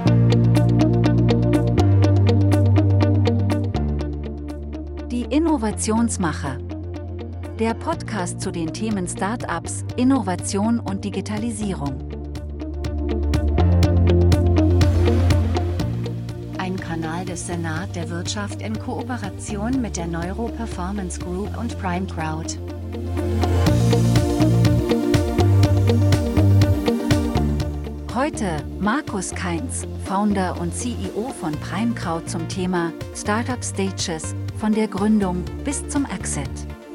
Die Innovationsmacher. Der Podcast zu den Themen Startups, Innovation und Digitalisierung. Ein Kanal des Senat der Wirtschaft in Kooperation mit der Neuro Performance Group und Prime Crowd. Heute Markus Kainz, Founder und CEO von Prime Crowd zum Thema Startup Stages, von der Gründung bis zum Exit.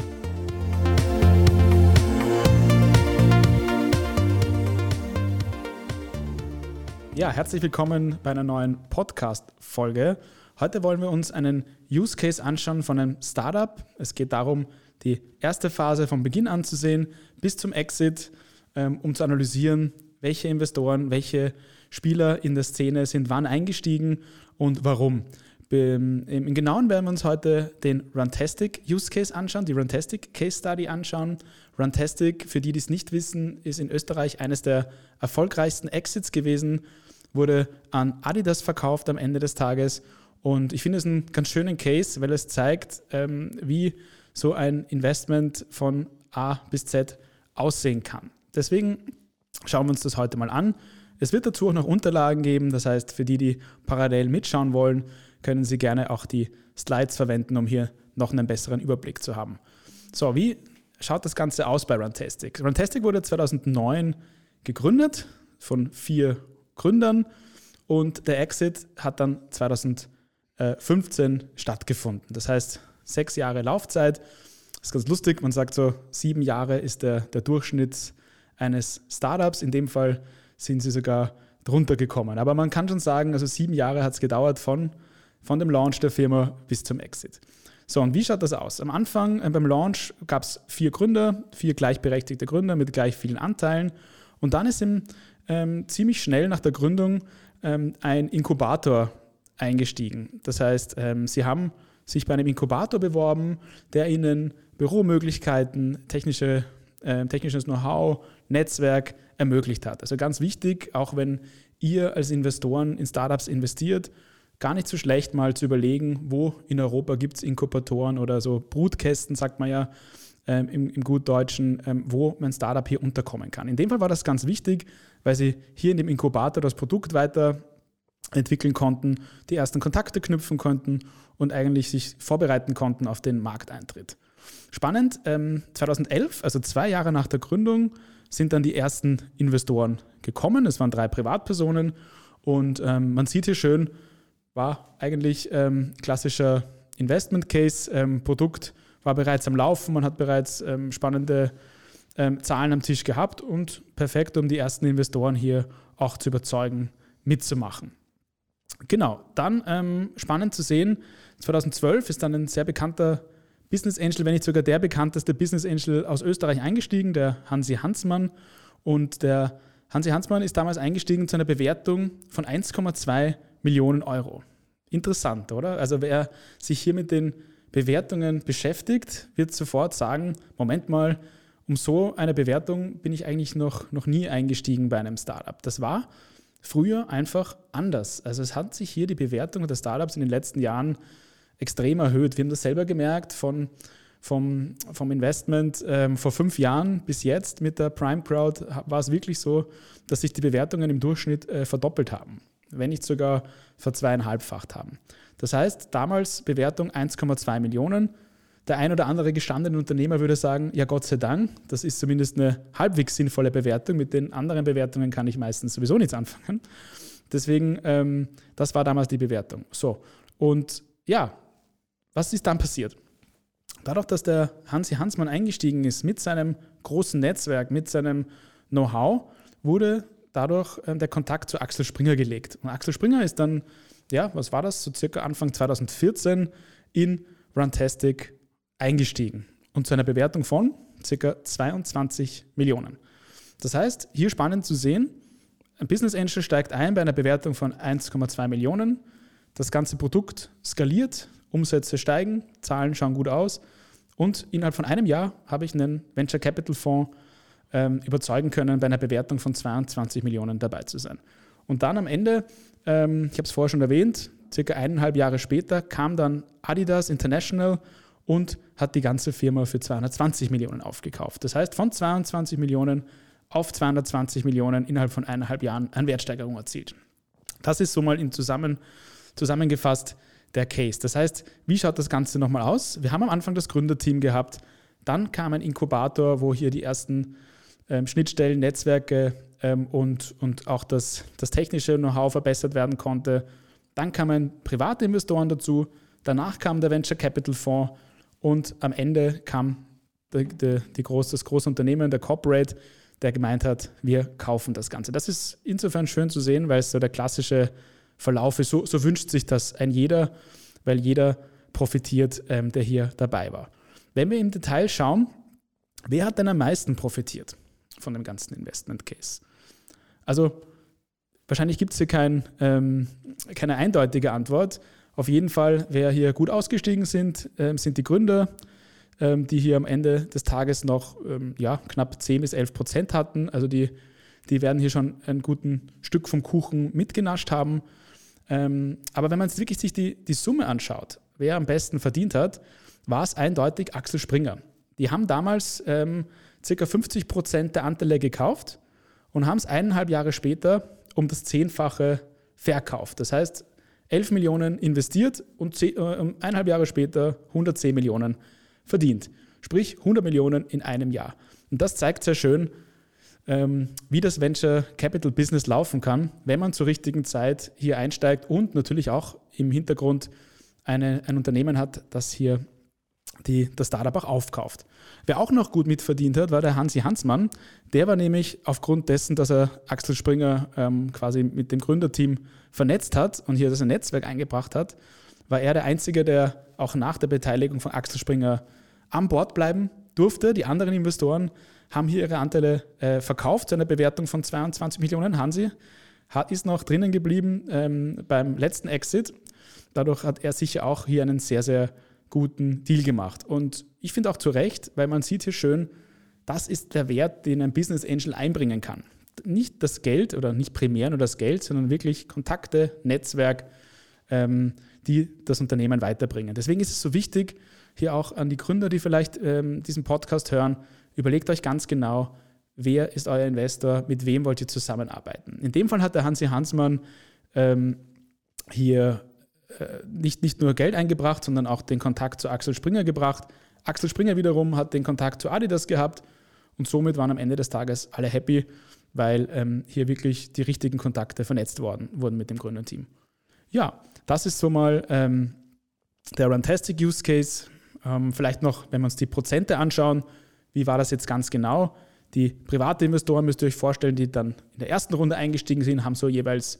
Ja, herzlich willkommen bei einer neuen Podcast-Folge. Heute wollen wir uns einen Use Case anschauen von einem Startup. Es geht darum, die erste Phase von Beginn an zu sehen bis zum Exit, um zu analysieren, welche Investoren, welche Spieler in der Szene sind wann eingestiegen und warum. Im Genauen werden wir uns heute den Runtastic Use Case anschauen, die Runtastic Case Study anschauen. Runtastic, für die es nicht wissen, ist in Österreich eines der erfolgreichsten Exits gewesen, wurde an Adidas verkauft am Ende des Tages. Und ich finde es einen ganz schönen Case, weil es zeigt, wie so ein Investment von A bis Z aussehen kann. Deswegen schauen wir uns das heute mal an. Es wird dazu auch noch Unterlagen geben, das heißt, für die parallel mitschauen wollen, können Sie gerne auch die Slides verwenden, um hier noch einen besseren Überblick zu haben. So, wie schaut das Ganze aus bei Runtastic? Runtastic wurde 2009 gegründet von 4 Gründern und der Exit hat dann 2015 stattgefunden. Das heißt, 6 Jahre Laufzeit. Das ist ganz lustig, man sagt so, 7 Jahre ist der Durchschnitt eines Startups. In dem Fall sind sie sogar drunter gekommen. Aber man kann schon sagen, also 7 Jahre hat es gedauert von dem Launch der Firma bis zum Exit. So, und wie schaut das aus? Am Anfang beim Launch gab es 4 Gründer, 4 gleichberechtigte Gründer mit gleich vielen Anteilen. Und dann ist ziemlich schnell nach der Gründung ein Inkubator eingestiegen. Das heißt, sie haben sich bei einem Inkubator beworben, der ihnen Büromöglichkeiten, technisches Know-how, Netzwerk ermöglicht hat. Also ganz wichtig, auch wenn ihr als Investoren in Startups investiert, gar nicht so schlecht mal zu überlegen, wo in Europa gibt es Inkubatoren oder so Brutkästen, sagt man ja im Gutdeutschen, wo mein Startup hier unterkommen kann. In dem Fall war das ganz wichtig, weil sie hier in dem Inkubator das Produkt weiterentwickeln konnten, die ersten Kontakte knüpfen konnten und eigentlich sich vorbereiten konnten auf den Markteintritt. Spannend, 2011, also 2 Jahre nach der Gründung, sind dann die ersten Investoren gekommen. Es waren 3 Privatpersonen und man sieht hier schön, war eigentlich klassischer Investment Case, Produkt war bereits am Laufen, man hat bereits spannende Zahlen am Tisch gehabt und perfekt, um die ersten Investoren hier auch zu überzeugen, mitzumachen. Genau, dann spannend zu sehen, 2012 ist dann ein sehr bekannter Business Angel, wenn nicht sogar der bekannteste Business Angel aus Österreich eingestiegen, der Hansi Hansmann. Und der Hansi Hansmann ist damals eingestiegen zu einer Bewertung von 1,2 Millionen Euro. Interessant, oder? Also wer sich hier mit den Bewertungen beschäftigt, wird sofort sagen, Moment mal, um so eine Bewertung bin ich eigentlich noch nie eingestiegen bei einem Startup. Das war früher einfach anders. Also es hat sich hier die Bewertung der Startups in den letzten Jahren extrem erhöht. Wir haben das selber gemerkt vom Investment vor 5 Jahren bis jetzt mit der Prime Crowd war es wirklich so, dass sich die Bewertungen im Durchschnitt verdoppelt haben, wenn nicht sogar verzweieinhalbfacht haben. Das heißt, damals Bewertung 1,2 Millionen. Der ein oder andere gestandene Unternehmer würde sagen, ja Gott sei Dank, das ist zumindest eine halbwegs sinnvolle Bewertung. Mit den anderen Bewertungen kann ich meistens sowieso nichts anfangen. Deswegen, das war damals die Bewertung. So, und ja, was ist dann passiert? Dadurch, dass der Hansi Hansmann eingestiegen ist mit seinem großen Netzwerk, mit seinem Know-how, wurde dadurch der Kontakt zu Axel Springer gelegt. Und Axel Springer ist dann, ja, was war das, so circa Anfang 2014 in Runtastic eingestiegen und zu einer Bewertung von circa 22 Millionen. Das heißt, hier spannend zu sehen, ein Business Angel steigt ein bei einer Bewertung von 1,2 Millionen, das ganze Produkt skaliert, Umsätze steigen, Zahlen schauen gut aus und innerhalb von einem Jahr habe ich einen Venture Capital Fonds überzeugen können, bei einer Bewertung von 22 Millionen dabei zu sein. Und dann am Ende ich habe es vorher schon erwähnt, circa 1,5 Jahre später kam dann Adidas International und hat die ganze Firma für 220 Millionen aufgekauft. Das heißt, von 22 Millionen auf 220 Millionen innerhalb von 1,5 Jahren eine Wertsteigerung erzielt. Das ist so mal zusammengefasst der Case. Das heißt, wie schaut das Ganze nochmal aus? Wir haben am Anfang das Gründerteam gehabt, dann kam ein Inkubator, wo hier die ersten Schnittstellen, Netzwerke und auch das technische Know-how verbessert werden konnte. Dann kamen private Investoren dazu, danach kam der Venture Capital Fonds und am Ende kam das große Unternehmen, der Corporate, der gemeint hat, wir kaufen das Ganze. Das ist insofern schön zu sehen, weil es so der klassische Verlauf ist. So wünscht sich das ein jeder, weil jeder profitiert, der hier dabei war. Wenn wir im Detail schauen, wer hat denn am meisten profitiert von dem ganzen Investment Case? Also wahrscheinlich gibt es hier keine eindeutige Antwort. Auf jeden Fall, wer hier gut ausgestiegen sind die Gründer, die hier am Ende des Tages noch knapp 10-11% hatten. Also die werden hier schon ein gutes Stück vom Kuchen mitgenascht haben. Aber wenn man jetzt wirklich sich die Summe anschaut, wer am besten verdient hat, war es eindeutig Axel Springer. Die haben damals ca. 50% der Anteile gekauft und haben es 1,5 Jahre später um das 10-fache verkauft. Das heißt, 11 Millionen investiert und 1,5 Jahre später 110 Millionen verdient. Sprich 100 Millionen in einem Jahr. Und das zeigt sehr schön, wie das Venture Capital Business laufen kann, wenn man zur richtigen Zeit hier einsteigt und natürlich auch im Hintergrund ein Unternehmen hat, das hier das Startup auch aufkauft. Wer auch noch gut mitverdient hat, war der Hansi Hansmann. Der war nämlich aufgrund dessen, dass er Axel Springer quasi mit dem Gründerteam vernetzt hat und hier das Netzwerk eingebracht hat, war er der Einzige, der auch nach der Beteiligung von Axel Springer an Bord bleiben durfte. Die anderen Investoren haben hier ihre Anteile verkauft zu einer Bewertung von 22 Millionen. Hansi ist noch drinnen geblieben beim letzten Exit. Dadurch hat er sicher auch hier einen sehr, sehr guten Deal gemacht. Und ich finde auch zu Recht, weil man sieht hier schön, das ist der Wert, den ein Business Angel einbringen kann. Nicht das Geld oder nicht primär nur das Geld, sondern wirklich Kontakte, Netzwerk, die das Unternehmen weiterbringen. Deswegen ist es so wichtig, hier auch an die Gründer, die vielleicht diesen Podcast hören, überlegt euch ganz genau, wer ist euer Investor, mit wem wollt ihr zusammenarbeiten. In dem Fall hat der Hansi Hansmann hier nicht nur Geld eingebracht, sondern auch den Kontakt zu Axel Springer gebracht. Axel Springer wiederum hat den Kontakt zu Adidas gehabt und somit waren am Ende des Tages alle happy, weil hier wirklich die richtigen Kontakte vernetzt wurden mit dem Gründerteam. Ja, das ist so mal der Runtastic Use Case. Vielleicht noch, wenn wir uns die Prozente anschauen, wie war das jetzt ganz genau? Die private Investoren, müsst ihr euch vorstellen, die dann in der ersten Runde eingestiegen sind, haben so jeweils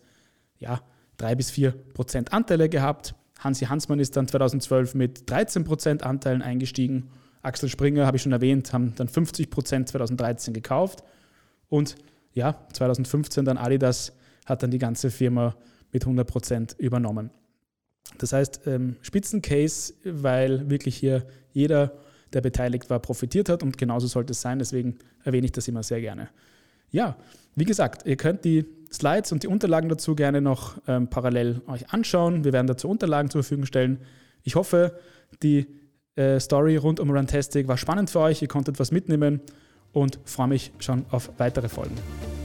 3-4% Anteile gehabt. Hansi Hansmann ist dann 2012 mit 13% Anteilen eingestiegen. Axel Springer, habe ich schon erwähnt, haben dann 50% 2013 gekauft. Und 2015 dann Adidas hat dann die ganze Firma mit 100% übernommen. Das heißt, Spitzencase, weil wirklich hier jeder, der beteiligt war, profitiert hat und genauso sollte es sein. Deswegen erwähne ich das immer sehr gerne. Ja, wie gesagt, ihr könnt die Slides und die Unterlagen dazu gerne noch parallel euch anschauen. Wir werden dazu Unterlagen zur Verfügung stellen. Ich hoffe, die Story rund um Runtastic war spannend für euch. Ihr konntet was mitnehmen und freue mich schon auf weitere Folgen.